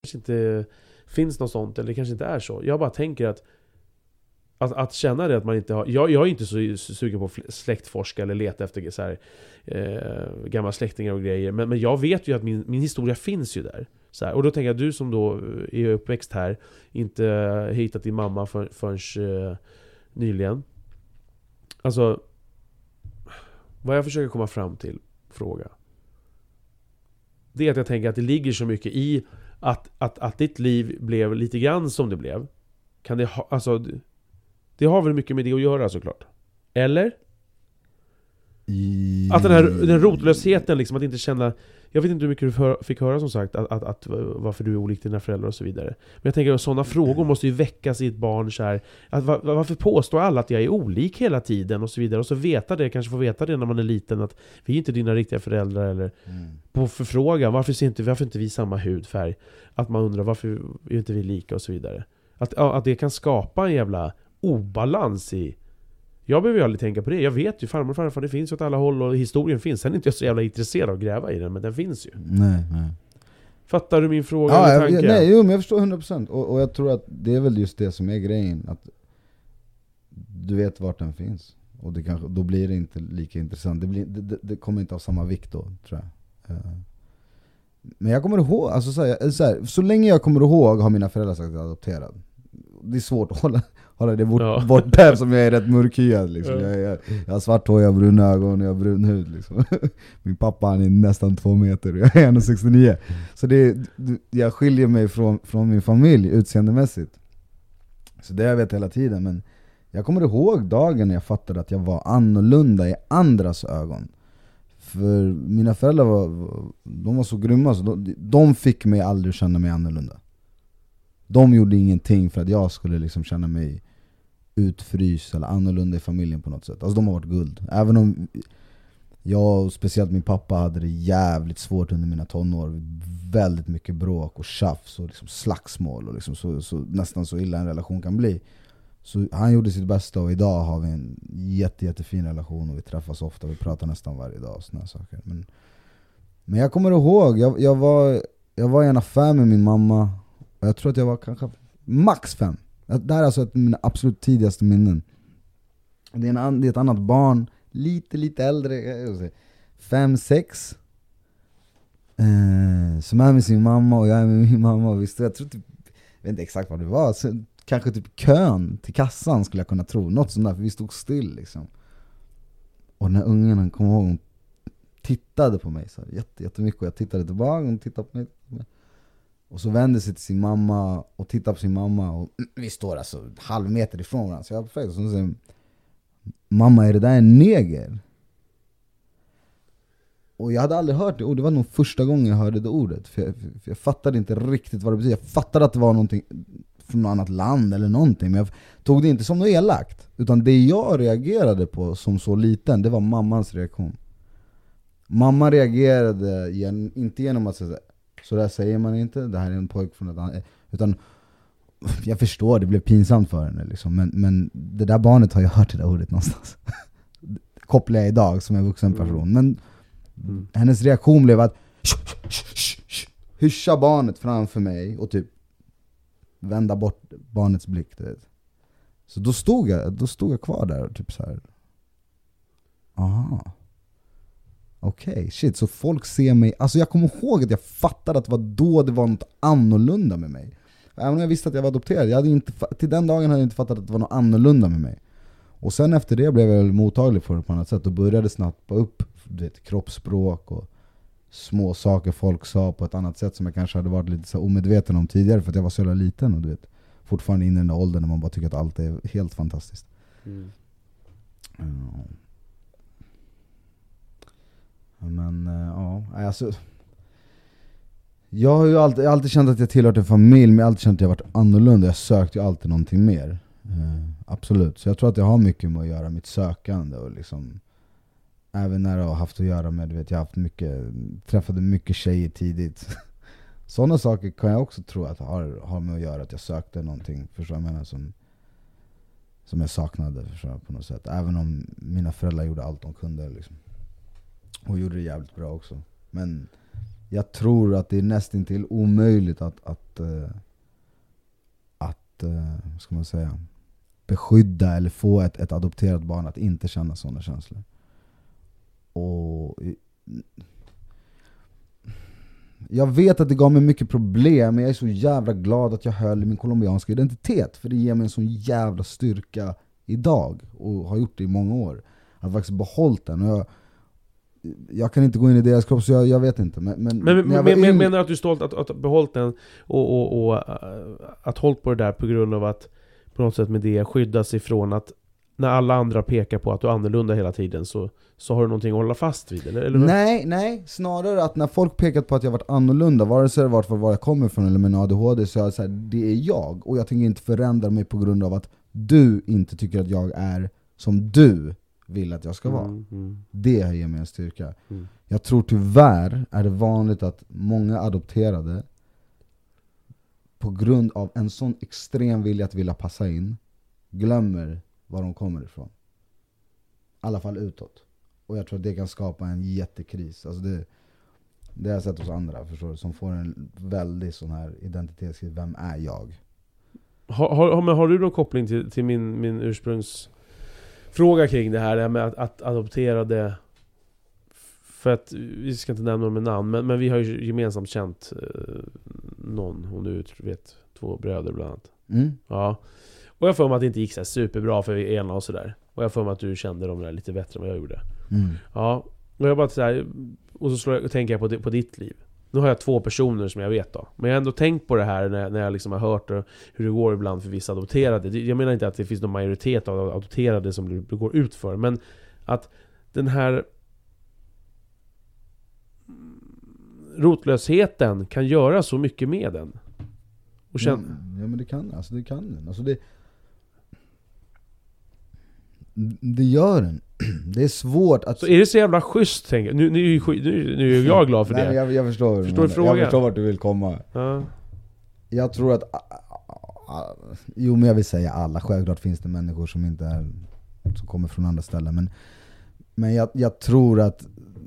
kanske inte finns något sånt, eller det kanske inte är så. Jag bara tänker att känna det att man inte har... Jag är inte så sugen på att släktforska eller leta efter så här, gamla släktingar och grejer. Men jag vet ju att min historia finns ju där. Så här. Och då tänker jag, du som då är uppväxt här, inte hittat din mamma förrän nyligen. Alltså, vad jag försöker komma fram till, fråga. Det är att jag tänker att det ligger så mycket i att ditt liv blev lite grann som det blev. Kan det ha... Alltså, det har väl mycket med det att göra såklart. Eller? Att den rotlösheten liksom, att inte känna... Jag vet inte hur mycket du fick höra som sagt att varför du är olik dina föräldrar och så vidare. Men jag tänker att sådana frågor måste ju väckas i ett barn så här, att varför påstår alla att jag är olik hela tiden och så vidare, och så kanske får veta det när man är liten, att vi är inte dina riktiga föräldrar, eller på förfrågan varför inte vi samma hudfärg, att man undrar varför är inte vi lika och så vidare. Att det kan skapa en jävla obalans i... Jag behöver ju aldrig tänka på det. Jag vet ju, farmor, det finns ju åt alla håll och historien finns. Sen är inte jag så jävla intresserad av att gräva i den, men den finns ju. Nej. Fattar du min fråga? Ja, men jag förstår 100%. Och jag tror att det är väl just det som är grejen. Att du vet vart den finns. Och då blir det inte lika intressant. Det kommer inte ha samma vikt då, tror jag. Men jag kommer ihåg, alltså så länge jag kommer ihåg har mina föräldrar sagt att jag är adopterad. Det är svårt att hålla det bort där, som jag är rätt mörkhyad liksom. Jag har svart hår, jag har bruna ögon, jag har brun hud liksom. Min pappa, han är nästan 2 meter och jag är 1,69. Så jag skiljer mig från min familj utseendemässigt. Så det jag vet hela tiden. Men jag kommer ihåg dagen när jag fattade att jag var annorlunda i andras ögon. För mina föräldrar de var så grymma, så de fick mig aldrig känna mig annorlunda. De gjorde ingenting för att jag skulle liksom känna mig utfryst eller annorlunda i familjen på något sätt. Alltså de har varit guld. Även om jag och speciellt min pappa hade det jävligt svårt under mina tonår. Väldigt mycket bråk och tjafs och liksom slagsmål och liksom så nästan så illa en relation kan bli. Så han gjorde sitt bästa, och idag har vi en jättefin relation och vi träffas ofta. Vi pratar nästan varje dag och såna saker. Men jag kommer ihåg, jag var i en affär med min mamma. Och jag tror att jag var kanske max 5. Det här är alltså mina absolut tidigaste minnen. Det är ett annat barn, lite äldre, 5-6. Som är med sin mamma och jag är med min mamma. Och jag tror typ, jag vet inte exakt vad det var. Så, kanske typ kön till kassan skulle jag kunna tro. Något sånt där, för vi stod still liksom. Och när ungen kom ihåg, hon tittade på mig så jättemycket. Och jag tittade tillbaka och hon tittade på mig. Och så vände sig till sin mamma och tittade på sin mamma. Och vi står alltså 1/2 meter ifrån varandra. Så jag var perfekt. Och så säger mamma, är det där en neger? Och jag hade aldrig hört det. Och det var nog första gången jag hörde det ordet. För jag fattade inte riktigt vad det betyder. Jag fattade att det var någonting från något annat land eller någonting. Men jag tog det inte som något elakt. Utan det jag reagerade på som så liten, det var mammans reaktion. Mamma reagerade inte genom att säga så där säger man inte, det här är en pojk från ett annat, utan jag förstår, det blev pinsamt för henne liksom, men det där barnet har jag hört det där ordet någonstans. Kopplar jag idag som en vuxen person. Men hennes reaktion blev att hyscha barnet framför mig och typ vända bort barnets blick, du vet. Så då stod jag kvar där och typ så här. Aha. Okej, shit, så folk ser mig. Alltså jag kommer ihåg att jag fattade att det var något annorlunda med mig. Även om jag visste att jag var adopterad, till den dagen hade jag inte fattat att det var något annorlunda med mig. Och sen efter det blev jag mottaglig för det på annat sätt och började snabbt upp kroppsspråk och små saker folk sa på ett annat sätt som jag kanske hade varit lite så omedveten om tidigare för att jag var så jävla liten och du vet, fortfarande inne i den där åldern när man bara tycker att allt är helt fantastiskt. Men ja, alltså jag har ju alltid känt att jag tillhört en familj, men jag har alltid känt att jag varit annorlunda. Jag sökte ju alltid någonting mer. Absolut. Så jag tror att jag har mycket med att göra mitt sökande och liksom även när jag har haft att göra med, du vet, jag har träffade mycket tjejer tidigt. Sådana saker kan jag också tro att har med att göra att jag sökte någonting, förstår jag menar, som jag saknade, förstår jag, på något sätt. Även om mina föräldrar gjorde allt de kunde liksom. Och gjorde det jävligt bra också. Men jag tror att det är nästintill omöjligt att ska man säga, beskydda eller få ett adopterat barn att inte känna sådana känslor. Och jag vet att det gav mig mycket problem, men jag är så jävla glad att jag höll min colombianska identitet, för det ger mig en sån jävla styrka idag, och har gjort det i många år, att faktiskt behållit den. Och jag kan inte gå in i deras kropp, så jag vet inte. Men menar du att du är stolt att behållit den och att hållit på det där på grund av att på något sätt med det skyddas ifrån att när alla andra pekar på att du är annorlunda hela tiden, så har du någonting att hålla fast vid? Eller? Nej, snarare att när folk pekat på att jag varit annorlunda, vare sig det varit var jag kommer ifrån eller med en ADHD, så är jag så här, det är jag, och jag tänker inte förändra mig på grund av att du inte tycker att jag är som du vill att jag ska vara. Det ger mig en styrka. Jag tror tyvärr är det vanligt att många adopterade på grund av en sån extrem vilja att vilja passa in glömmer var de kommer ifrån. I alla fall utåt. Och jag tror att det kan skapa en jättekris. Alltså det har jag sett hos andra, förstår du, som får en väldigt sån här identitetskris. Vem är jag? Har du någon koppling till min ursprungsfråga kring det här med att adoptera det? För att vi ska inte nämna dem med namn, men vi har ju gemensamt känt någon, om du vet, 2 bröder bland annat. Ja. Och jag får mig att det inte gick så här superbra för ena och sådär. Och jag får mig att du kände dem där lite bättre än vad jag gjorde. Ja. Och jag bara så här, och så tänker jag på ditt liv. Nu har jag 2 personer som jag vet då. Men jag har ändå tänkt på det här när jag liksom har hört hur det går ibland för vissa adopterade. Jag menar inte att det finns någon majoritet av adopterade som det går ut för. Men att den här rotlösheten kan göra så mycket med den. Och ja, men det kan den. Alltså det gör den. Det är svårt att... Så är det så jävla schysst, tänker jag. Nu är jag glad för det. Jag förstår frågan. Jag förstår vart du vill komma. Ja. Jag tror att... Jo, men jag vill säga alla. Självklart finns det människor som inte är... som kommer från andra ställen. Men jag tror att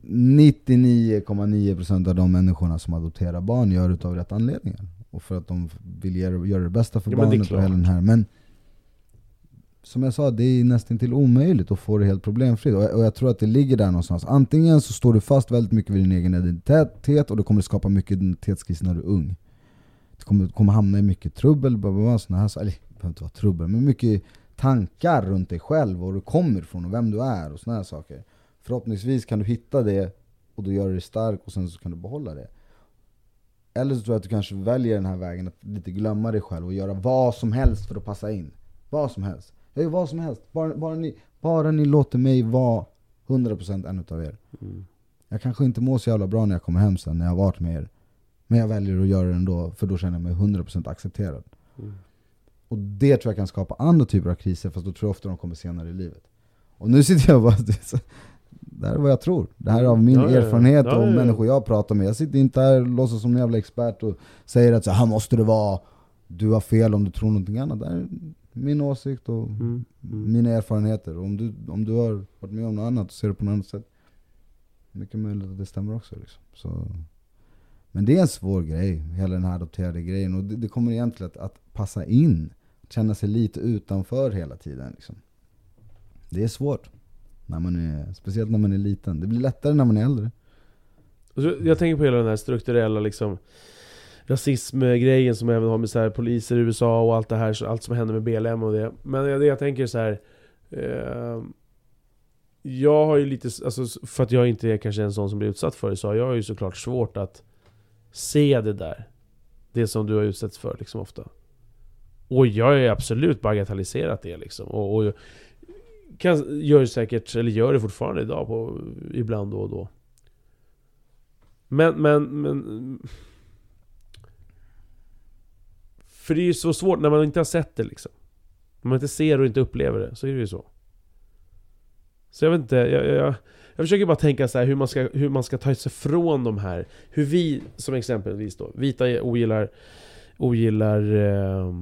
99,9% av de människorna som adopterar barn gör utav rätt anledningar. Och för att de vill göra det bästa för barnet och hela den här. Men som jag sa, det är nästan till omöjligt att få det helt problemfritt. Och jag tror att det ligger där någonstans. Antingen så står du fast väldigt mycket vid din egen identitet, och det kommer skapa mycket identitetskris när du är ung. Du kommer hamna i mycket trubbel, såna här, eller det behöver inte vara trubbel, men mycket tankar runt dig själv, och du kommer ifrån och vem du är och såna här saker. Förhoppningsvis kan du hitta det, och då gör du dig stark, och sen så kan du behålla det. Eller så tror jag att du kanske väljer den här vägen att lite glömma dig själv och göra vad som helst för att passa in. Vad som helst. Jag gör vad som helst. Bara ni låter mig vara 100% en utav er. Jag kanske inte mår så jävla bra när jag kommer hem sen, när jag har varit med er. Men jag väljer att göra det ändå, för då känner jag mig 100% accepterad. Och det tror jag kan skapa andra typer av kriser, fast då tror jag ofta de kommer senare i livet. Och nu sitter jag bara... Det här är vad jag tror. Det här är av min erfarenhet och människor jag pratar med. Jag sitter inte här och låtsas som en jävla expert och säger att så här måste det vara. Du har fel om du tror någonting annat. Det är min åsikt och mina erfarenheter. Och om du har varit med om något annat och ser det på något annat sätt, mycket möjligt att det stämmer också. Liksom. Så. Men det är en svår grej, hela den här adopterade grejen. Och det kommer egentligen att passa in. Känna sig lite utanför hela tiden. Liksom. Det är svårt. Speciellt när man är liten. Det blir lättare när man är äldre. Jag tänker på hela den här strukturella liksom, rasismgrejen som även har med så här, poliser i USA och allt det här, allt som händer med BLM och det. Men jag tänker så här, jag har ju lite, alltså, för att jag inte är kanske en sån som blir utsatt för det, så jag har ju såklart svårt att se det där. Det som du har utsatts för liksom ofta. Och jag har ju absolut bagatelliserat det liksom. Och gör det fortfarande idag ibland då och då. Men för det är ju så svårt när man inte har sett det liksom. När man inte ser och inte upplever det, så är det ju så. Så jag vet inte, jag försöker bara tänka så här hur man ska ta sig från de här, hur vi som exempelvis då vita ogillar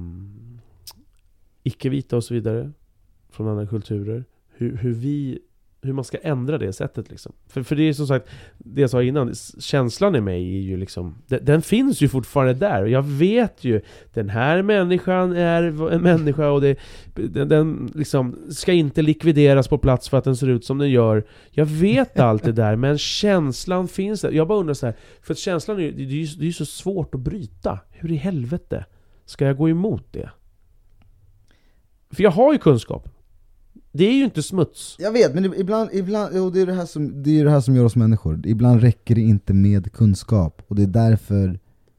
icke-vita och så vidare från andra kulturer. Hur vi hur man ska ändra det sättet liksom. För det är som sagt, det jag sa innan, känslan i mig är ju liksom, den finns ju fortfarande där. Och jag vet ju, den här människan är en människa och den liksom ska inte likvideras på plats för att den ser ut som den gör. Jag vet allt det där, men känslan finns där. Jag bara undrar så här, för att känslan det är ju så svårt att bryta. Hur i helvete ska jag gå emot det? För jag har ju kunskap. Det är ju inte smuts. Jag vet, men ibland och det är det här som gör oss människor. Ibland räcker det inte med kunskap. Och det är därför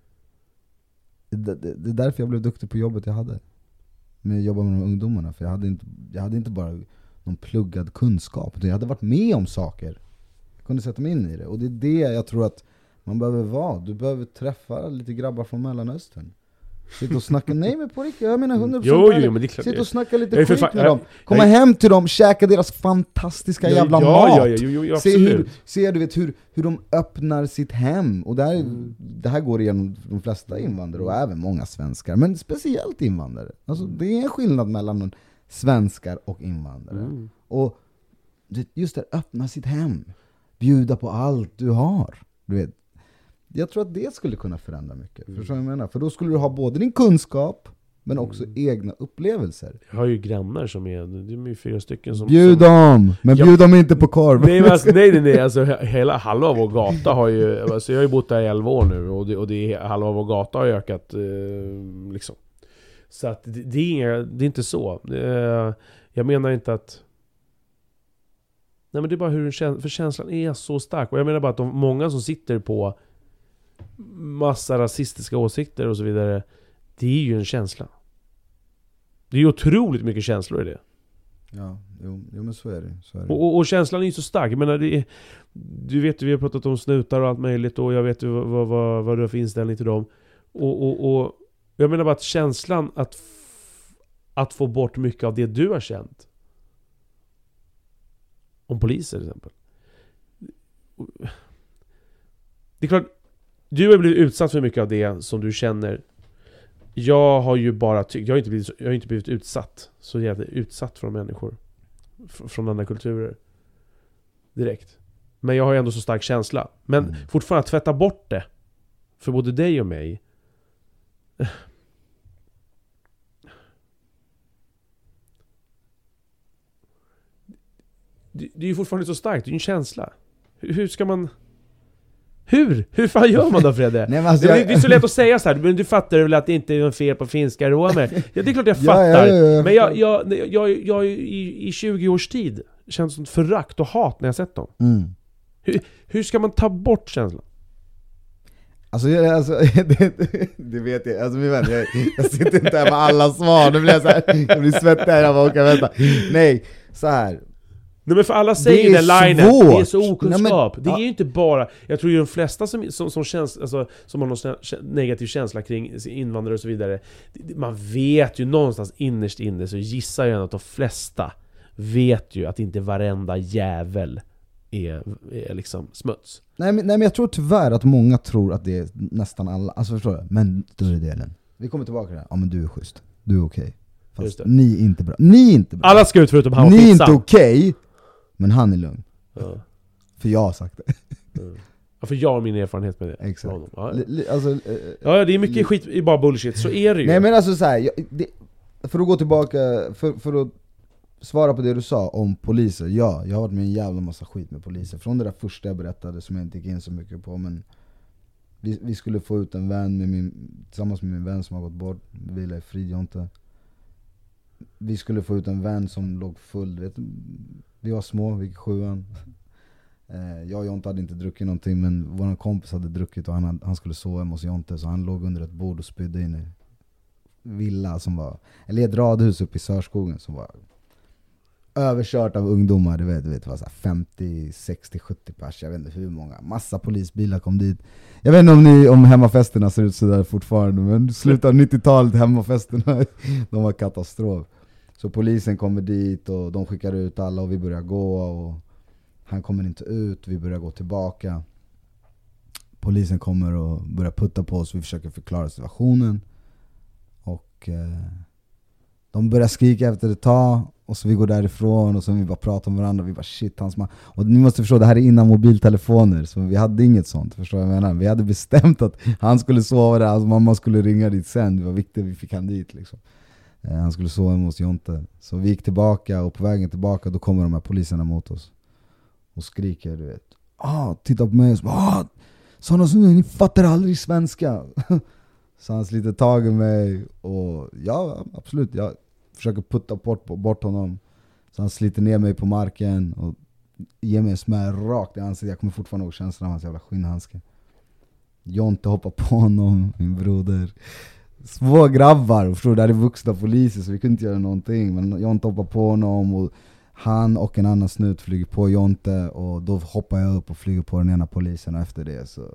jag blev duktig på jobbet jag hade. Med att jobba med de ungdomarna. För jag hade inte bara någon pluggad kunskap. Jag hade varit med om saker. Jag kunde sätta mig in i det. Och det är det jag tror att man behöver vara. Du behöver träffa lite grabbar från Mellanöstern. Sitta och snacka, nej men på riktigt, jag menar 100%. Jo, men det är klart. Sitta och snacka lite skit med dem. Komma hem till dem, käka deras fantastiska jävla mat. Se du vet hur de öppnar sitt hem. Och det här går igenom de flesta invandrare och även många svenskar. Men speciellt invandrare. Alltså det är en skillnad mellan svenskar och invandrare. Och just det, öppna sitt hem. Bjuda på allt du har. Du vet. Jag tror att det skulle kunna förändra mycket. Förstår jag menar? För då skulle du ha både din kunskap men också egna upplevelser. Jag har ju grannar som är ju 4 stycken som... Bjud dem! Men bjud dem inte på korv. Nej. Alltså hela halva vår gata har ju... Alltså jag har ju bott där i 11 år nu och det är, halva vår gata har ökat liksom. Så att det är inte så. Jag menar inte att... Nej men det är bara hur för känslan är så stark. Och jag menar bara att de många som sitter på massa rasistiska åsikter och så vidare, det är ju en känsla. Det är ju otroligt mycket känslor i det. Ja, jo men så är det. Och känslan är ju så stark. Jag menar, du vet ju, vi har pratat om snutar och allt möjligt och jag vet ju vad du har för inställning till dem. Och jag menar bara att känslan att få bort mycket av det du har känt. Om poliser till exempel. Det är klart, du har blivit utsatt för mycket av det som du känner. Jag har ju bara jag har inte blivit utsatt. Så jävla utsatt från människor. Från andra kulturer. Direkt. Men jag har ju ändå så stark känsla. Men fortfarande att tvätta bort det. För både dig och mig. Det är ju fortfarande så starkt. Det är ju en känsla. Hur ska man... Hur fan gör man då, Fredde? Nej, alltså det är så lätt att säga så här. Men du fattar väl att det inte är någon fel på finska romer? Ja, det är klart jag fattar. Ja. Men jag i 20 års tid känns som förakt och hat när jag sett dem. Hur ska man ta bort känslan? Alltså det vet jag. Alltså min vän, jag sitter inte här med alla svar. Nu blir jag så här, jag blir svettig här. Jag bara, vänta. Nej, så här. Nej, men för alla säger den linen, det är så okunskap. Nej, men, det är ju inte bara, jag tror ju de flesta som känns, alltså, som har någon negativ känsla kring invandrare och så vidare, man vet ju någonstans innerst inne, så gissar jag att de flesta vet ju att inte varenda jävel är liksom smuts. Nej men jag tror tyvärr att många tror att det är nästan alla, alltså förstår du? Men större delen. Vi kommer tillbaka till det här. Ja men du är schysst, du är okej. Fast ni är inte bra. Alla ska ut förutom han och ni är pizzan. inte okej. Men han är lugn. Ja. För jag har sagt det. Ja, för jag har min erfarenhet med det. Exakt. Ja. Alltså, ja, det är mycket skit i bara bullshit. Så är det ju. Nej men alltså så här, för att gå tillbaka, för att svara på det du sa om poliser. Ja, jag har varit med en jävla massa skit med poliser. Från det där första jag berättade som jag inte gick in så mycket på. Men vi skulle få ut en vän tillsammans med min vän som har gått bort. Vila i frid, Jonte. Vi skulle få ut en vän som låg full, vet du. Vi var små, vi gick 7:an. Jag och Jonte hade inte druckit någonting, men vår kompis hade druckit och han skulle sova hemma hos Jonte, så han låg under ett bord och spydde in i villa som var, eller ett radhus uppe i Sörskogen som var överkört av ungdomar, du vet var så här 50, 60, 70 pers, jag vet inte hur många, massa polisbilar kom dit. Jag vet inte om hemmafesterna ser ut så där fortfarande, men slutet av 90-talet hemmafesterna, de var katastrof. Så polisen kommer dit och de skickar ut alla och vi börjar gå och han kommer inte ut, vi börjar gå tillbaka. Polisen kommer och börjar putta på oss, vi försöker förklara situationen. Och de börjar skrika efter ett tag Och så vi går därifrån och så vi bara pratar med varandra. Vi bara shit, hans man. Och ni måste förstå, det här är innan mobiltelefoner. Så vi hade inget sånt, förstår jag vad jag menar. Vi hade bestämt att han skulle sova där. Alltså mamma skulle ringa dit sen. Det var viktigt att vi fick han dit liksom. Han skulle sova hos Jonte. Så vi gick tillbaka och på vägen tillbaka då kommer de här poliserna mot oss. Och skriker, du vet. Titta på mig och så sådana som ni fattar aldrig svenska. Så han sliter tag i mig. Och ja, absolut. Jag försöker putta bort honom. Så han sliter ner mig på marken. Och ger mig en smäll rakt i ansiktet. Jag kommer fortfarande ihåg känslan av hans jävla skinnhandske. Jonte hoppar på honom, min broder. Små grabbar, förstår du? Där är vuxna poliser så vi kunde inte göra någonting. Men Jonte hoppar på honom och han och en annan snut flyger på Jonte. Och då hoppar jag upp och flyger på den ena polisen. Och efter det så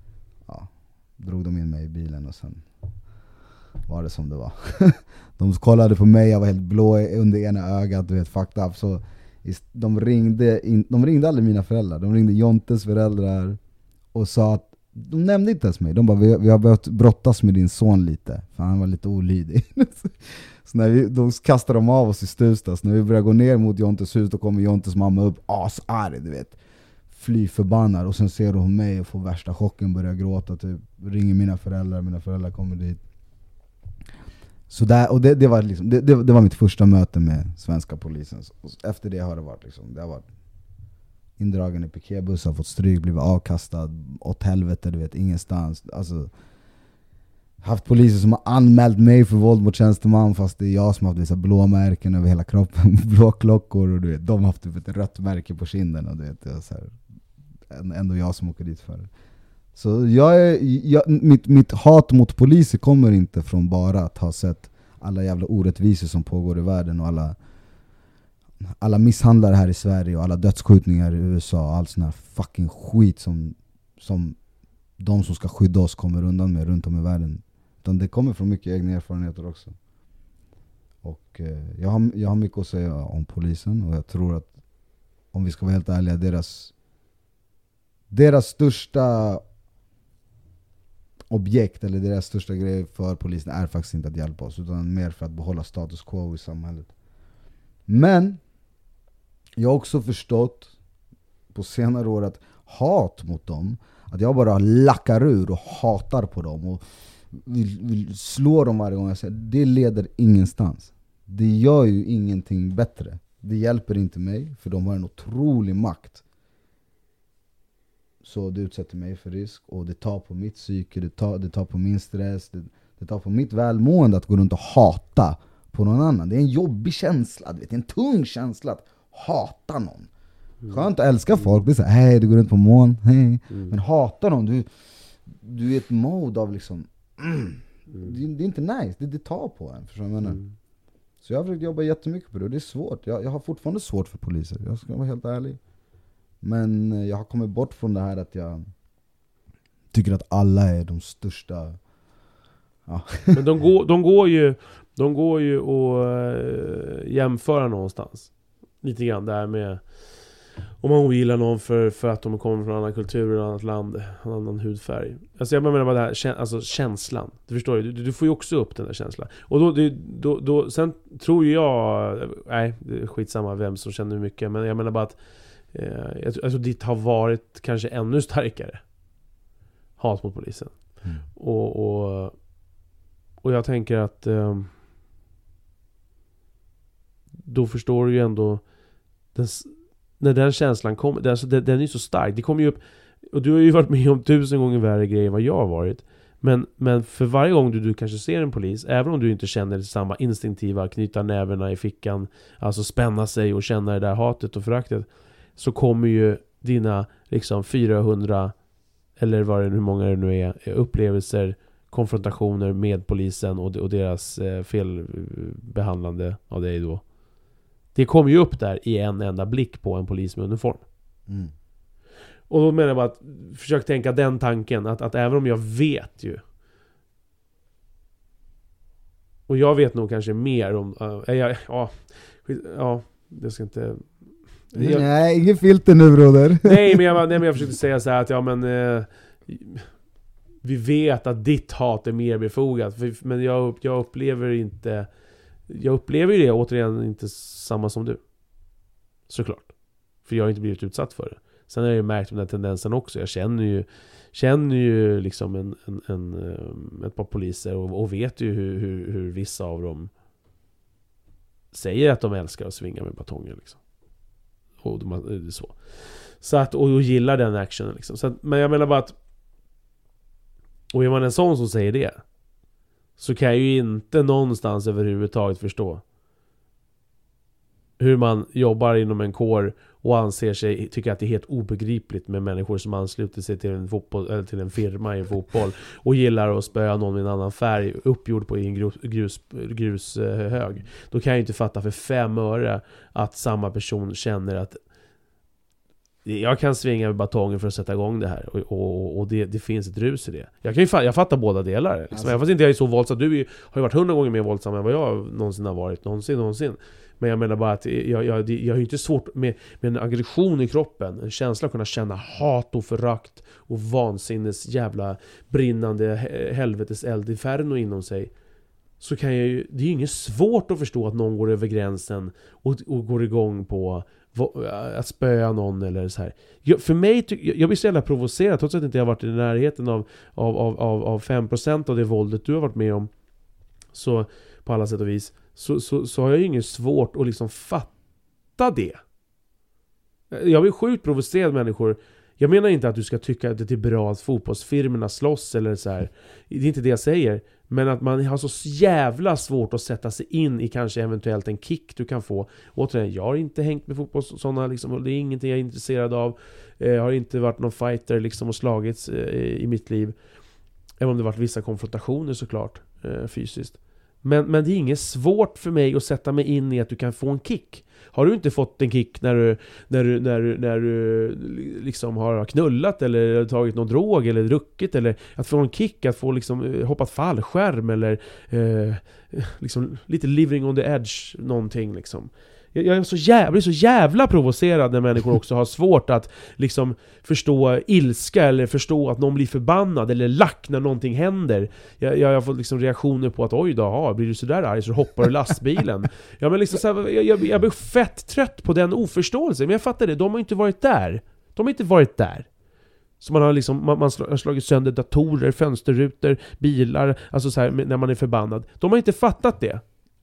drog de in mig i bilen och sen var det som det var. De kollade på mig, jag var helt blå under ena ögat, du vet, fucked up. Så de ringde aldrig mina föräldrar. De ringde Jontes föräldrar och sa att de nämnde inte ens mig. De bara, vi har behövt brottas med din son lite. För han var lite olydig. Så när då kastade de av oss i Stuvstas. När vi började gå ner mot Jontes hus, då kommer Jontes mamma upp asarg, du vet. Fly förbannad. Och sen ser hon mig och får värsta chocken, börjar gråta. Typ. Ringer mina föräldrar kommer dit. Så där, och det var liksom, det var mitt första möte med svenska polisen. Och efter det har det varit liksom, det har varit indragen i piketbussar, fått stryk, blivit avkastad åt helvete, du vet, ingenstans. Alltså, haft poliser som har anmält mig för våld mot tjänsteman fast det är jag som har haft vissa blåmärken över hela kroppen, blå klockor och du vet, de har haft typ ett rött märke på kinden och du vet, det är så här, ändå jag som åker dit för det. Så mitt hat mot poliser kommer inte från bara att ha sett alla jävla orättvisor som pågår i världen och alla misshandlare här i Sverige och alla dödsskjutningar i USA och all sån här fucking skit som de som ska skydda oss kommer undan med runt om i världen. Utan det kommer från mycket egna erfarenheter också. Och jag har mycket att säga om polisen och jag tror att om vi ska vara helt ärliga, deras största objekt eller deras största grej för polisen är faktiskt inte att hjälpa oss utan mer för att behålla status quo i samhället. Men jag har också förstått på senare år att hat mot dem, att jag bara lackar ur och hatar på dem och vill slå dem varje gång jag säger, det leder ingenstans. Det gör ju ingenting bättre. Det hjälper inte mig för de har en otrolig makt. Så det utsätter mig för risk och det tar på mitt psyke, det tar på min stress, det tar på mitt välmående att gå runt och hata på någon annan. Det är en jobbig känsla, det är en tung känsla att hata någon. Skönt att älska folk, det är så här, hej, du går runt på mån, hej. Men hata någon, du är ett mode av liksom, det är inte nice, det tar på en, förstår jag menar. Så jag har försökt jobba jättemycket på det och det är svårt. Jag har fortfarande svårt för poliser, jag ska vara helt ärlig. Men jag har kommit bort från det här att jag tycker att alla är de största. Ja. Men de går ju att jämföra någonstans. Lite grann där med om man ogillar någon för att de kommer från en annan kultur, ett annat land, en annan hudfärg. Alltså jag menar bara det här, alltså känslan. Du förstår ju, du får ju också upp den där känslan. Och då sen tror jag, nej, det är skitsamma vem som känner hur mycket, men jag menar bara att jag tror ditt har varit kanske ännu starkare hat mot polisen. Och jag tänker att då förstår du ju ändå när den känslan kommer, den är ju så stark. Det kommer ju upp, och du har ju varit med om 1000 gånger värre grejer än vad jag har varit. Men för varje gång du kanske ser en polis, även om du inte känner samma instinktiva knyta nävarna i fickan, alltså spänna sig och känna det där hatet och föraktet, så kommer ju dina liksom 400 eller hur många det nu är upplevelser, konfrontationer med polisen och deras felbehandlande av dig då. Det kommer ju upp där i en enda blick på en polis med uniform. Och då menar jag bara att försök tänka den tanken att även om jag vet ju, och jag vet nog kanske mer om det ska inte. Nej, ingen filter nu, broder. Nej, men jag försökte säga så här att vi vet att ditt hat är mer befogat, men jag upplever inte jag upplever ju det återigen inte samma som du. Såklart. För jag har inte blivit utsatt för det. Sen har jag ju märkt den här tendensen också. Jag känner ju liksom ett par poliser och vet ju hur vissa av dem säger att de älskar att svinga med batonger liksom. Och så att, och gillar den actionen liksom. Så att, men jag menar bara att, och är man en sån som säger det, så kan jag ju inte någonstans överhuvudtaget förstå hur man jobbar inom en kår och tycker att det är helt obegripligt med människor som ansluter sig till en fotboll eller till en firma i fotboll och gillar att spöa någon med en annan färg uppgjord på en grushög. Då kan jag ju inte fatta för 5 öre att samma person känner att jag kan svinga med batongen för att sätta igång det här och det finns ett rus i det. Jag fattar båda delar liksom. Alltså. Fast inte jag är så våldsam. Du har ju varit 100 gånger mer våldsam än vad jag någonsin har varit. Någonsin. Men jag menar bara att jag har ju inte svårt med en aggression i kroppen, en känsla att kunna känna hat och förakt och vansinnes jävla brinnande helvetes eld inferno inom sig. Så kan jag ju, det är ju inget svårt att förstå att någon går över gränsen och går igång på att spöa någon eller så här. För mig jag blir så jävla provocerad trots att inte jag har varit i närheten av 5% av det våldet du har varit med om. Så på alla sätt och vis så har jag ju inget svårt att liksom fatta det. Jag blir sjukt provocerad människor. Jag menar inte att du ska tycka att det är bra att fotbollsfirmorna slåss eller så här. Det är inte det jag säger. Men att man har så jävla svårt att sätta sig in i kanske eventuellt en kick du kan få. Återigen, jag har inte hängt med fotboll sådana liksom, och det är ingenting jag är intresserad av. Jag har inte varit någon fighter liksom och slagits i mitt liv. Även om det varit vissa konfrontationer såklart fysiskt. Men det är inget svårt för mig att sätta mig in i att du kan få en kick. Har du inte fått en kick när du liksom har knullat eller tagit någon drog eller druckit, eller att få en kick, att få liksom hoppat fallskärm eller liksom lite living on the edge någonting liksom. Jag blir så jävla provocerad när människor också har svårt att liksom förstå ilska eller förstå att någon blir förbannad eller lack när någonting händer. Jag har fått liksom reaktioner på att oj då, blir du så där arg så hoppar du lastbilen. Ja, men liksom så här, jag blir fett trött på den oförståelsen. Men jag fattar det, de har inte varit där. Så man har liksom man har slagit sönder datorer, fönsterrutor, bilar, alltså så här, när man är förbannad. De har inte fattat det.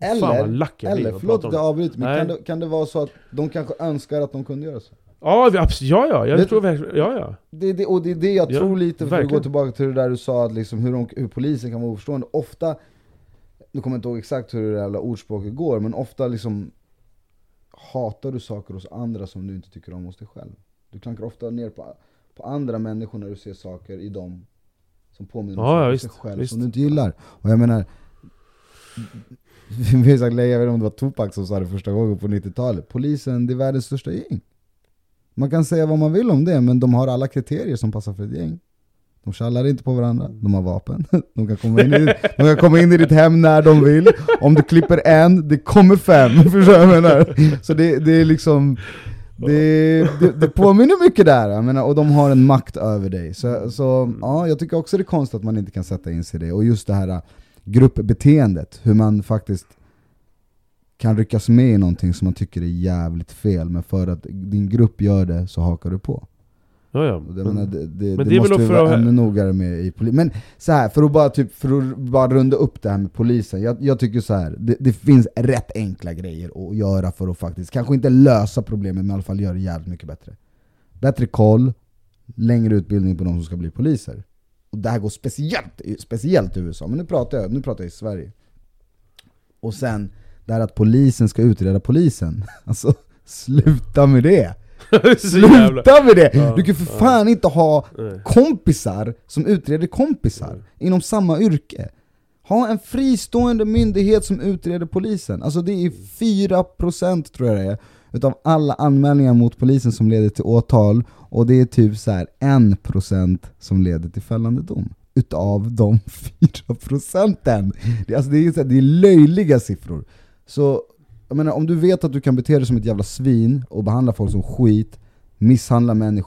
Förlåt det avbryter, men kan det vara så att de kanske önskar att de kunde göra så? Ja, jag tror verkligen, ja. Det är det jag tror lite, för att gå tillbaka till det där du sa, att liksom hur polisen kan vara oförstående. Ofta, nu kommer jag inte ihåg exakt hur det jävla ordspråket går, men ofta liksom hatar du saker hos andra som du inte tycker om hos dig själv. Du klankar ofta ner på andra människor när du ser saker i dem som påminner om sig själv som du inte gillar. Och jag menar, vi har sagt, jag vet inte om det var Tupac som sa det första gången på 90-talet. Polisen, det är världens största gäng. Man kan säga vad man vill om det, men de har alla kriterier som passar för ett gäng. De kallar inte på varandra, de har vapen. De kan komma in i ditt hem när de vill. Om du klipper en, det kommer 5. Förstår jag menar? Så det är liksom, det påminner mycket där. Jag menar, och de har en makt över dig. Så ja, jag tycker också det är konstigt att man inte kan sätta in sig i det. Och just det här gruppbeteendet, hur man faktiskt kan ryckas med i någonting som man tycker är jävligt fel, men för att din grupp gör det så hakar du på. Ja. Det måste vi vara ännu nogare med i polisen. Men så här, för att bara runda upp det här med polisen, jag tycker så här, det finns rätt enkla grejer att göra för att faktiskt, kanske inte lösa problemet, men i alla fall göra det jävligt mycket bättre. Bättre koll, längre utbildning på de som ska bli poliser. Och det här går speciellt i USA, men nu pratar jag i Sverige. Och sen där att polisen ska utreda polisen. Alltså, sluta med det. Sluta med det. Du kan för fan inte ha kompisar som utreder kompisar inom samma yrke. Ha en fristående myndighet som utreder polisen. Alltså det är 4% tror jag det är utav alla anmälningar mot polisen som leder till åtal, och det är typ så här 1% som leder till fällande dom utav de 4%. Det är löjliga siffror. Så jag menar, om du vet att du kan bete dig som ett jävla svin och behandla folk som skit, misshandla människor,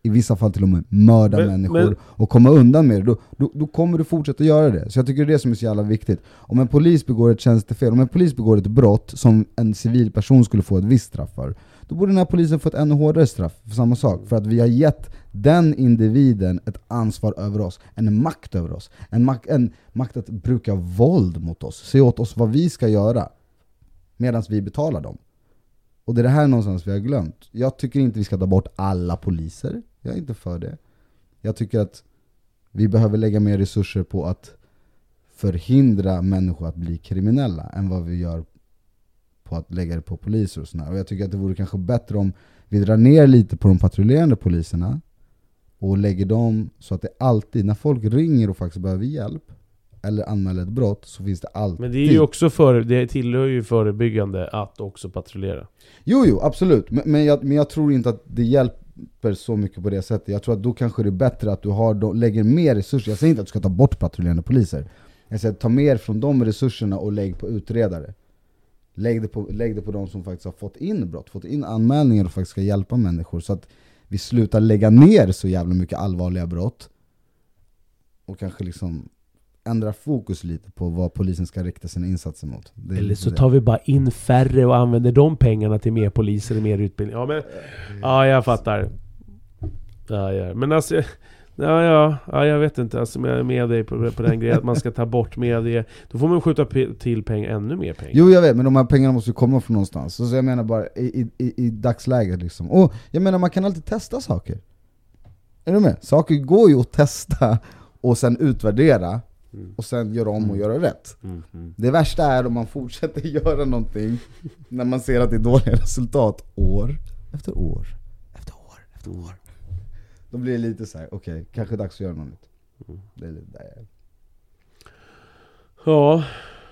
i vissa fall till och med mörda människor och komma undan med det, då kommer du fortsätta göra det. Så jag tycker det är det som är så jävla viktigt. Om en polis begår ett tjänstefel, om en polis begår ett brott som en civil person skulle få ett visst straff för, då borde den här polisen få ett ännu hårdare straff för samma sak. För att vi har gett den individen ett ansvar över oss, en makt över oss, en makt att bruka våld mot oss, se åt oss vad vi ska göra medan vi betalar dem. Och det är det här någonstans vi har glömt. Jag tycker inte vi ska ta bort alla poliser. Jag är inte för det. Jag tycker att vi behöver lägga mer resurser på att förhindra människor att bli kriminella än vad vi gör på att lägga det på poliser och sådär. Och jag tycker att det vore kanske bättre om vi drar ner lite på de patrullerande poliserna och lägger dem så att det alltid, när folk ringer och faktiskt behöver hjälp eller anmäler ett brott, så finns det alltid. Men det är ju också det tillhör ju förebyggande att också patrullera. Jo, absolut. Men jag tror inte att det hjälper så mycket på det sättet. Jag tror att då kanske det är bättre att du lägger mer resurser. Jag säger inte att du ska ta bort patrullerande poliser. Jag säger ta mer från de resurserna och lägg på utredare. Lägg det på de som faktiskt har fått in brott, fått in anmälningar och faktiskt ska hjälpa människor. Så att vi slutar lägga ner så jävla mycket allvarliga brott. Och kanske liksom ändra fokus lite på vad polisen ska rikta sina insatser mot. Eller så tar vi bara in färre och använder de pengarna till mer poliser och mer utbildning. Ja, jag fattar. Ja. Men alltså, jag vet inte. Alltså, jag är med dig på den grejen att man ska ta bort med det. Då får man skjuta till pengar, ännu mer pengar. Jo, jag vet, men de här pengarna måste ju komma från någonstans. Så jag menar bara i dagsläget liksom. Och jag menar, man kan alltid testa saker. Är du med? Saker går ju att testa och sen utvärdera. Och sen göra om och göra rätt. Det värsta är om man fortsätter göra någonting när man ser att det är dåliga resultat år efter år efter år efter år. Då blir det lite så här: okej, kanske dags att göra något nytt. Det är lite där. Ja.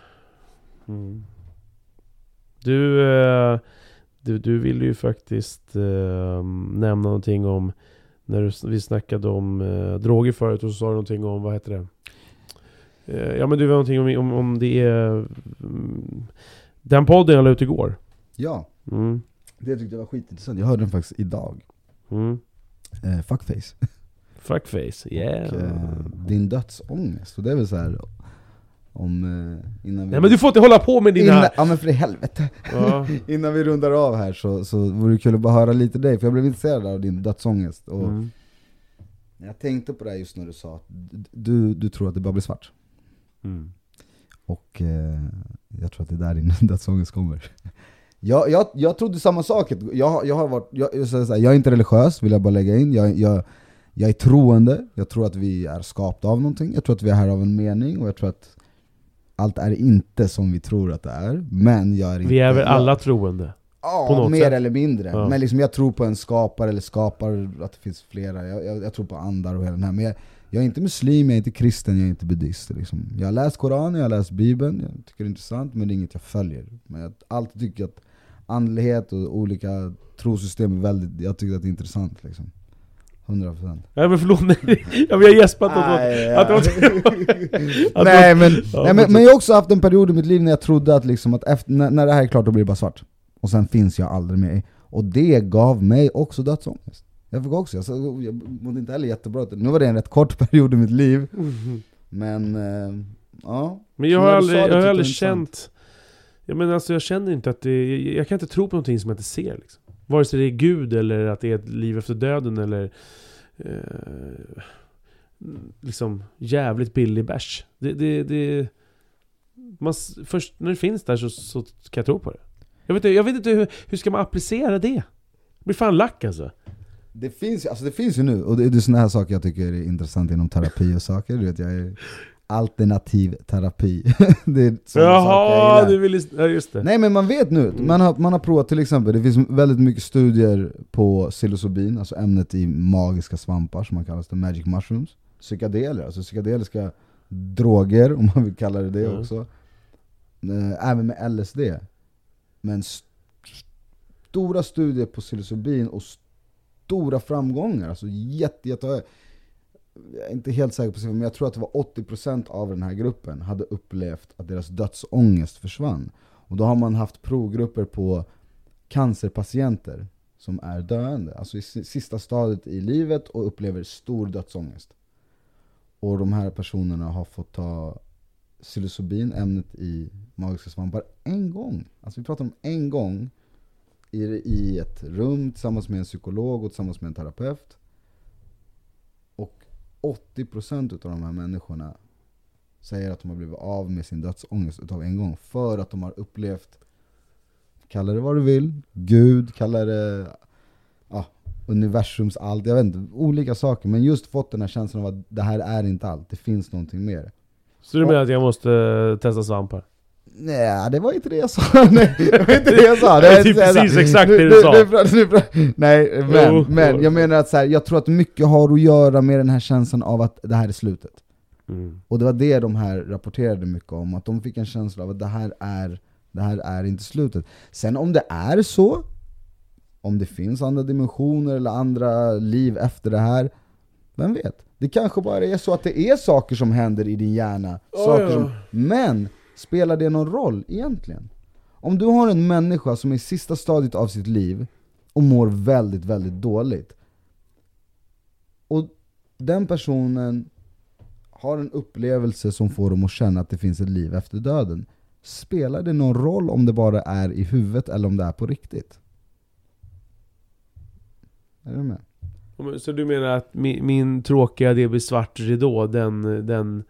Du ville ju faktiskt nämna någonting om när vi snackade om droger förut, och så sa du någonting om, vad heter det? Ja, men du var någonting om det är den podden jag la ut igår. Ja. Det tyckte jag var skitintressant. Jag hörde den faktiskt idag. Fuckface. Fuckface, yeah. Och din dödsångest. Och det är väl så här innan vi... Nej, men du får inte hålla på med dina... Ja, men för i helvete. Ja. Innan vi rundar av här så vore det kul att bara höra lite dig. För jag blev intresserad av din dödsångest. Och jag tänkte på det just när du sa att du tror att det bara blir svart. Och jag tror att det är där din dödsångest kommer. Jag trodde samma sak. Jag är inte religiös, vill jag bara lägga in. Jag är troende. Jag tror att vi är skapta av någonting. Jag tror att vi är här av en mening. Och jag tror att allt är inte som vi tror att det är. Men jag är inte... Vi är väl alla troende? Ja, mer sätt. Eller mindre. Ja. Men liksom jag tror på en skapare, eller skapare, att det finns flera. Jag tror på andar och hela den här. Men jag är inte muslim, jag är inte kristen, jag är inte buddhist. Liksom. Jag har läst Koranen, jag har läst Bibeln. Jag tycker det är intressant, men det är inget jag följer. Men jag alltid tycker att andlighet och olika trosystem är väldigt... Jag tycker att det är intressant liksom. 100%. Nej, men förlåt. Jag har gäspat men jag har också haft en period i mitt liv när jag trodde att, liksom, att efter, när det här är klart då blir det bara svart. Och sen finns jag aldrig med. Och det gav mig också dödsångest. Jag fick också, jag mådde inte heller jättebra. Nu var det en rätt kort period i mitt liv. Men ja. Men jag har aldrig känt... jag känner inte att jag kan inte tro på någonting som jag inte ser liksom. Vare sig det är Gud eller att det är ett liv efter döden eller liksom jävligt billig bärs. Först när det finns där så kan jag tro på det. Jag vet inte hur ska man applicera det? Det blir fan lack alltså. Det finns ju nu, och det är såna här saker jag tycker är intressant inom terapi och saker. Du vet, jag är alternativ terapi. Det är jaha, du vill just det. Nej, men man vet nu. Man har provat till exempel, det finns väldigt mycket studier på psilocybin, alltså ämnet i magiska svampar som man kallar det, magic mushrooms. Psykedeler, alltså psykedeliska droger, om man vill kalla det också. Även med LSD. Men stora studier på psilocybin och stora framgångar, alltså jätte jag är inte helt säker på siffran, men jag tror att det var 80% av den här gruppen hade upplevt att deras dödsångest försvann. Och då har man haft provgrupper på cancerpatienter som är döende, alltså i sista stadiet i livet och upplever stor dödsångest. Och de här personerna har fått ta psilocybin, ämnet i magiska svampar, en gång. Alltså vi pratar om en gång i ett rum tillsammans med en psykolog och tillsammans med en terapeut. Och 80% av de här människorna säger att de har blivit av med sin dödsångest utav en gång. För att de har upplevt, kalla det vad du vill, Gud, kalla det universums allt, jag vet inte, olika saker. Men just fått den här känslan av att det här är inte allt, det finns någonting mer. Så du menar att jag måste testa svampar? Nej, det var inte det jag sa. Nej, det var inte det jag sa. Det är typ precis exakt det du sa. Nej, men jag menar att så här, jag tror att mycket har att göra med den här känslan av att det här är slutet. Och det var det de här rapporterade mycket om, att de fick en känsla av att det här är inte slutet. Sen om det är så, om det finns andra dimensioner eller andra liv efter det här, vem vet? Det kanske bara är så att det är saker som händer i din hjärna. Men spelar det någon roll egentligen? Om du har en människa som är i sista stadiet av sitt liv och mår väldigt, väldigt dåligt, och den personen har en upplevelse som får dem att känna att det finns ett liv efter döden, spelar det någon roll om det bara är i huvudet eller om det är på riktigt? Är du med? Så du menar att min tråkiga det blir svart ridå, den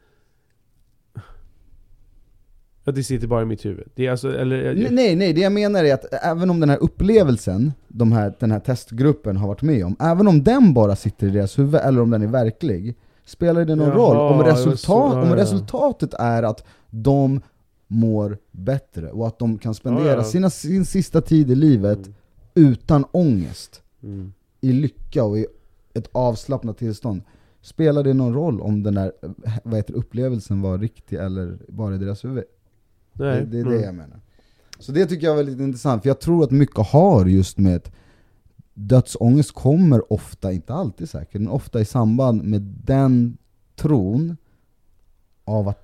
att det sitter bara i mitt huvud. Det är alltså, eller nej, det jag menar är att även om den här upplevelsen den här testgruppen har varit med om, även om den bara sitter i deras huvud eller om den är verklig, spelar det någon roll om resultatet är att de mår bättre och att de kan spendera sin sista tid i livet utan ångest, i lycka och i ett avslappnat tillstånd. Spelar det någon roll om den där upplevelsen var riktig eller bara i deras huvud? Nej. Det är det jag menar. Så det tycker jag är väldigt intressant, för jag tror att mycket har just med att dödsångest kommer ofta, inte alltid säkert, men ofta i samband med den tron av att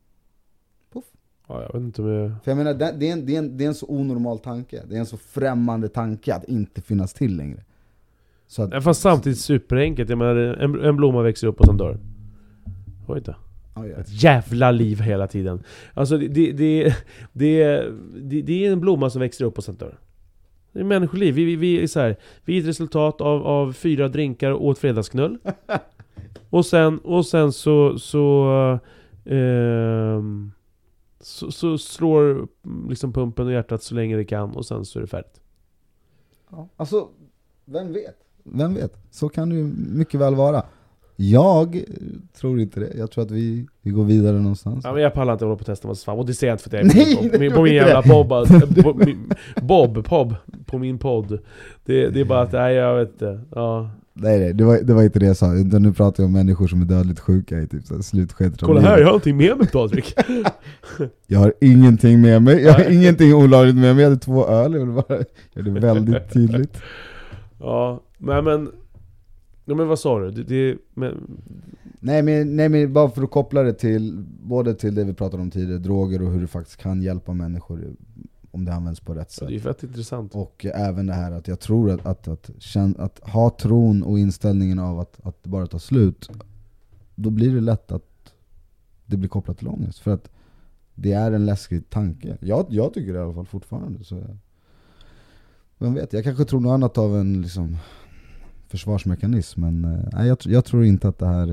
jag vet inte med... För jag menar, det är en så onormal tanke. Det är en så främmande tanke att inte finnas till längre. Så att, fast samtidigt superenkelt. Jag menar, en blomma växer upp och sen dör. Oj då. Ett jävla liv hela tiden. Alltså det är en blomma som växer upp och sen dör. Det är människoliv. Vi är så här, vi är ett resultat av 4 drinkar och ett fredagsknull. och sen så slår liksom pumpen och hjärtat så länge det kan, och sen så är det färdigt. Ja, alltså vem vet? Så kan det ju mycket väl vara. Jag tror inte det. Jag tror att vi går vidare någonstans. Ja, men jag pallar inte hålla på att testa massa fan. Och det ser jag inte för att jag är på min jävla podd. På min podd. Det är bara att, nej, jag vet inte. Ja. Nej, det var inte det jag sa. Nu pratar jag om människor som är dödligt sjuka i typ slutskedet. Kolla här, jag har ingenting med mig, Patrik. Jag har ingenting med mig. Jag har ingenting olagligt med mig. Jag hade 2 öl. Jag vill bara göra det väldigt tydligt. Ja, men vad sa du? Nej, men bara för att koppla det till både till det vi pratade om tidigare, droger, och hur det faktiskt kan hjälpa människor om det används på rätt sätt. Ja, det är fett intressant. Och även det här att jag tror att ha tron och inställningen av att det bara tar slut, då blir det lätt att det blir kopplat till ångest. För att det är en läskig tanke. Jag tycker det i alla fall fortfarande. Så vem vet, jag kanske tror något annat av en liksom försvarsmekanism, men nej, jag tror inte att det här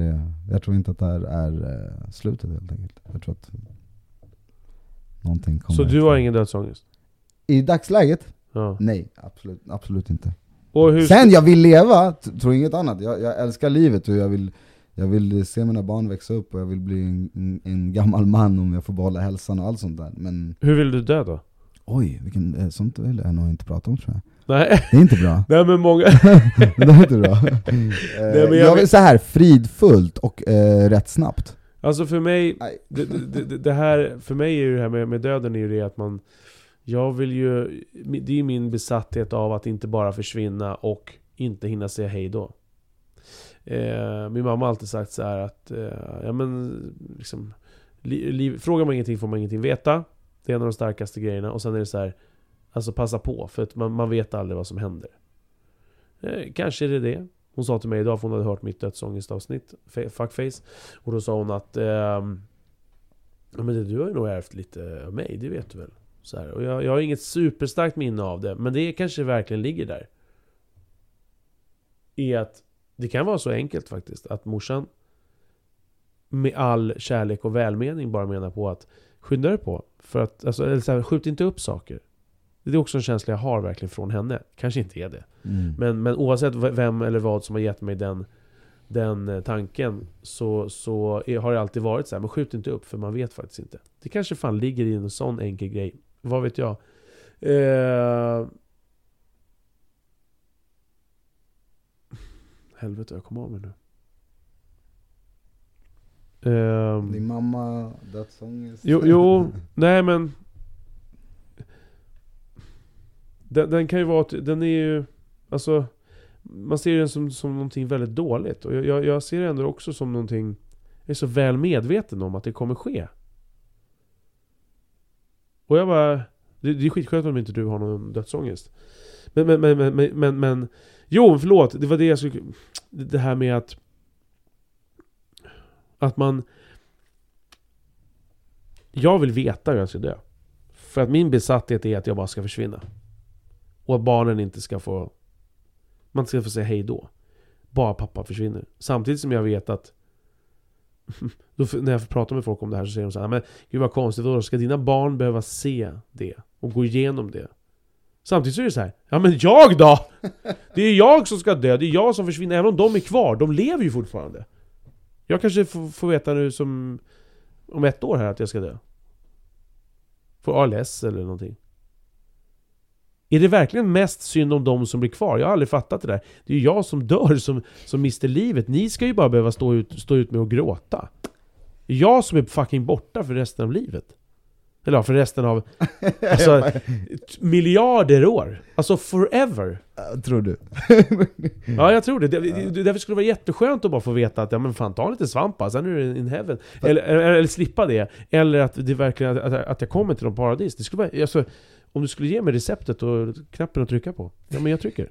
är slutet helt enkelt. Jag tror att någonting kommer. Så du har ingen dödsångest? I dagsläget? Ja. Nej, absolut inte. Och sen jag vill leva, tror inget annat. Jag älskar livet och jag vill se mina barn växa upp och jag vill bli en gammal man om jag får behålla hälsan och allt sånt där. Men hur vill du dö då? Oj, sånt vill jag nog inte prata om, tror jag. Nej. Det är inte bra. Nej, men många... Det är inte bra. Nej, men jag vill så här fridfullt och rätt snabbt. Alltså för mig, det här, för mig är det här med döden är ju det att jag vill ju, det är min besatthet av att inte bara försvinna och inte hinna säga hej då. Min mamma har alltid sagt så här att liksom, frågar man ingenting får man ingenting veta. Det är en av de starkaste grejerna. Och sen är det så här, alltså passa på, för att man vet aldrig vad som händer. Kanske är det. Hon sa till mig idag, för hon hade hört mitt dödsångestavsnitt, Fuckface. Och då sa hon att ja, men du har ju nog ärvt lite av mig, det vet du väl. Så här. Och jag har inget superstarkt minne av det, men det kanske verkligen ligger där. I att det kan vara så enkelt faktiskt, att morsan med all kärlek och välmening bara menar på att skynda dig på. För att, alltså, eller så här, skjut inte upp saker. Det är också en känsla jag har verkligen från henne. Kanske inte är det. Men oavsett vem eller vad som har gett mig den tanken, så har det alltid varit så här, men skjut inte upp, för man vet faktiskt inte. Det kanske fan ligger i en sån enkel grej. Vad vet jag? Helvete, jag kommer av mig nu. Din mamma, dödsångest. Jo, nej men den kan ju vara, den är ju, alltså man ser den som någonting väldigt dåligt, och jag ser det ändå också som någonting, jag är så väl medveten om att det kommer ske. Och jag bara, det är skitskönt om inte du har någon dödsångest. Men jo, förlåt, det var det jag skulle, det här med att man, jag vill veta hur jag ska dö. För att min besatthet är att jag bara ska försvinna. Och att barnen inte ska få, man ska få säga hej då. Bara pappa försvinner. Samtidigt som jag vet att då, när jag pratar med folk om det här, så säger de så här, men gud vad konstigt, då ska dina barn behöva se det och gå igenom det. Samtidigt så är det så här, ja men jag då? Det är jag som ska dö, det är jag som försvinner. Även om de är kvar, de lever ju fortfarande. Jag kanske får veta nu som om 1 år här att jag ska dö. Får ALS eller någonting. Är det verkligen mest synd om de som blir kvar? Jag har aldrig fattat det där. Det är ju jag som dör, som mister livet. Ni ska ju bara behöva stå ut med att gråta. Jag som är fucking borta för resten av livet. Eller för resten av alltså, miljarder år. Alltså forever. Tror du? Ja, jag tror det. Därför skulle det vara jätteskönt att bara få veta att ja, men fan, ta lite svampa, sen är du in heaven. Eller slippa det. Eller att det verkligen att jag kommer till någon paradis. Det skulle vara, alltså, om du skulle ge mig receptet och knappen att trycka på. Ja, men jag trycker.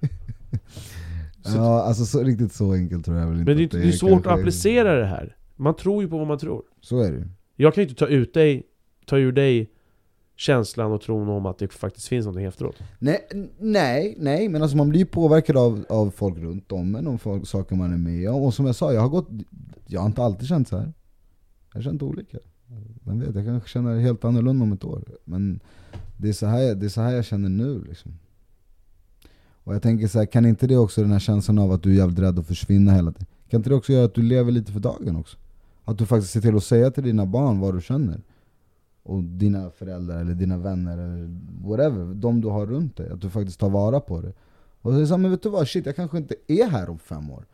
Ja, alltså så, riktigt så enkelt tror jag väl inte. Men det är svårt att applicera det här. Man tror ju på vad man tror. Så är det. Jag kan ju inte ta ur dig känslan och tron om att det faktiskt finns någonting efteråt. Nej, men alltså man blir påverkad av folk runt om en, om saker man är med om. Och som jag sa, jag har inte alltid känt så här. Jag har känt olika. Men vet, jag kanske känner helt annorlunda om ett år. Men det är så här jag känner nu liksom. Och jag tänker så här, kan inte det också, den här känslan av att du är jävligt rädd att försvinna hela tiden, kan inte det också göra att du lever lite för dagen också? Att du faktiskt ser till att säga till dina barn vad du känner. Och dina föräldrar eller dina vänner eller whatever, de du har runt dig, att du faktiskt tar vara på det. Och det är så här, men vet du vad, shit, jag kanske inte är här om 5 år.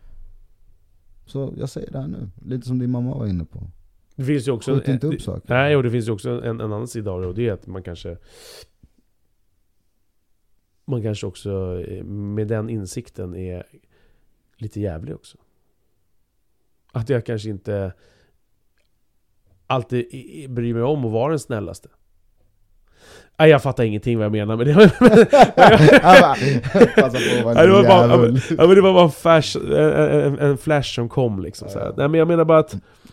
Så jag säger det här nu, lite som din mamma var inne på. Det finns ju också inte upp saker. Nej, och det finns ju också en annan sida av det, och det är att man kanske också med den insikten är lite jävlig också. Att jag kanske inte alltid bryr mig om att vara den snällaste. Nej, jag fattar ingenting vad jag menar med det. Det var bara en flash som kom liksom, så här. Nej, men jag menar bara att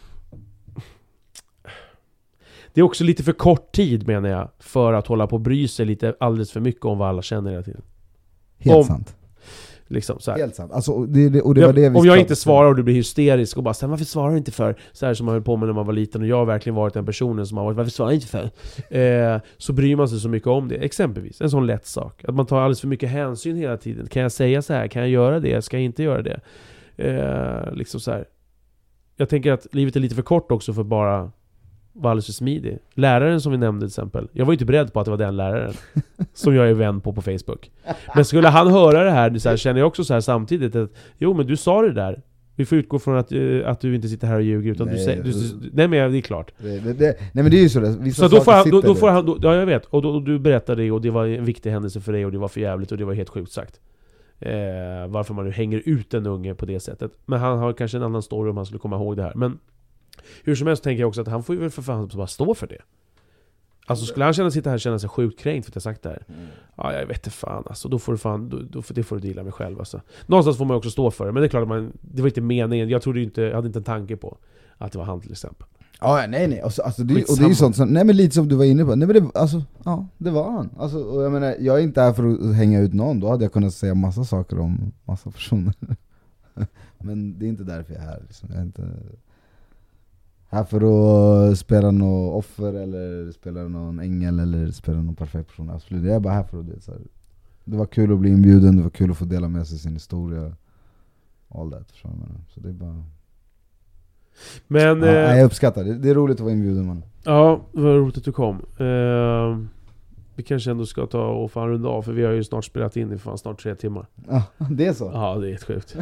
det är också lite för kort tid, menar jag, för att hålla på och bry sig lite alldeles för mycket om vad alla känner hela tiden. Helt sant. Liksom så här. Helt sant. Alltså, och det var det vi om jag inte svarar och du blir hysterisk och bara varför svarar du inte för? Så här som man höll på med när man var liten, och jag har verkligen varit den personen som har varit, varför svarar du inte för? Så bryr man sig så mycket om det. Exempelvis, en sån lätt sak. Att man tar alldeles för mycket hänsyn hela tiden. Kan jag säga så här? Kan jag göra det? Ska jag inte göra det? Liksom så här. Jag tänker att livet är lite för kort också för bara var alldeles för smidig. Läraren som vi nämnde till exempel, jag var ju inte beredd på att det var den läraren som jag är vän på Facebook. Men skulle han höra det här, så här, känner jag också så här samtidigt att jo, men du sa det där. Vi får utgå från att du inte sitter här och ljuger, utan nej, nej, men det är klart. Nej, men det är ju så det. Så då får han, ja, jag vet. Och du berättade det, och det var en viktig händelse för dig, och det var för jävligt, och det var helt sjukt sagt. Varför man nu hänger ut en unge på det sättet. Men han har kanske en annan story om han skulle komma ihåg det här. Men hur som helst tänker jag också att han får ju väl för fan bara stå för det. Alltså skulle han sitta här och känna sig sjukt kränkt för att jag sagt det här. Ja, jag vet inte fan alltså. Då får du fan, det får du deala med själv alltså. Någonstans får man också stå för det. Men det är klart att det var inte meningen. Jag hade inte en tanke på att det var han till exempel. Ja, nej. Alltså, och det är ju sånt som, nej men lite som du var inne på. Nej men det, alltså, ja, det var han. Alltså, och jag menar, jag är inte här för att hänga ut någon. Då hade jag kunnat säga massa saker om massa personer. Men det är inte därför jag är här. Liksom. Jag är inte här för att spela någon offer eller spela någon ängel eller spela någon perfekt person. Absolut. Jag är bara här för att det. Det var kul att bli inbjuden. Det var kul att få dela med sig sin historia. All that. Så det är bara... Men, jag uppskattar det. Det är roligt att vara inbjuden, man. Ja, det var roligt att du kom. Vi kanske ändå ska ta och fan runda av, för vi har ju snart spelat in i fan snart 3 timmar. Ja, det är så? Ja, det är helt sjukt.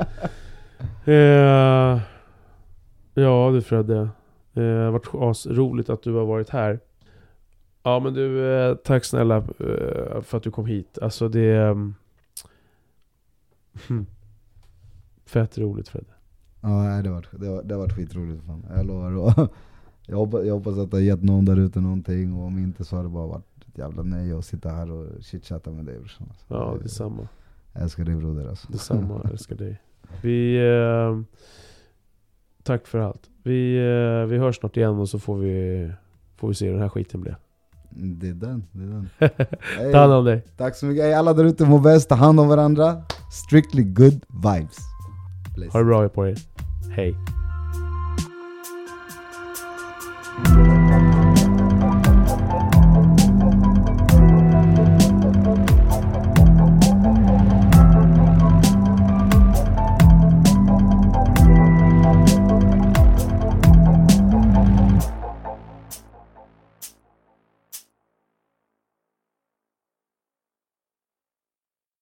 Ja, du Fredde. Det har varit roligt att du har varit här. Ja, men du, tack snälla för att du kom hit. Alltså det... fett roligt, Fredde. Ja, det har varit skitroligt. Fan. Jag lovar. Jag hoppas att det har gett någon där ute någonting. Och om inte så har det bara varit ett jävla nej att sitta här och chitchatta med dig. Alltså. Ja, det är samma. Jag älskar dig, broder. Alltså. Det är samma, jag älskar dig. Tack för allt. Vi hörs snart igen och så får vi se hur den här skiten blir. Det är den. Ta hand om dig. Tack så mycket. Alla där ute må bäst. Ta hand om varandra. Strictly good vibes. Ha det bra på er. Hej.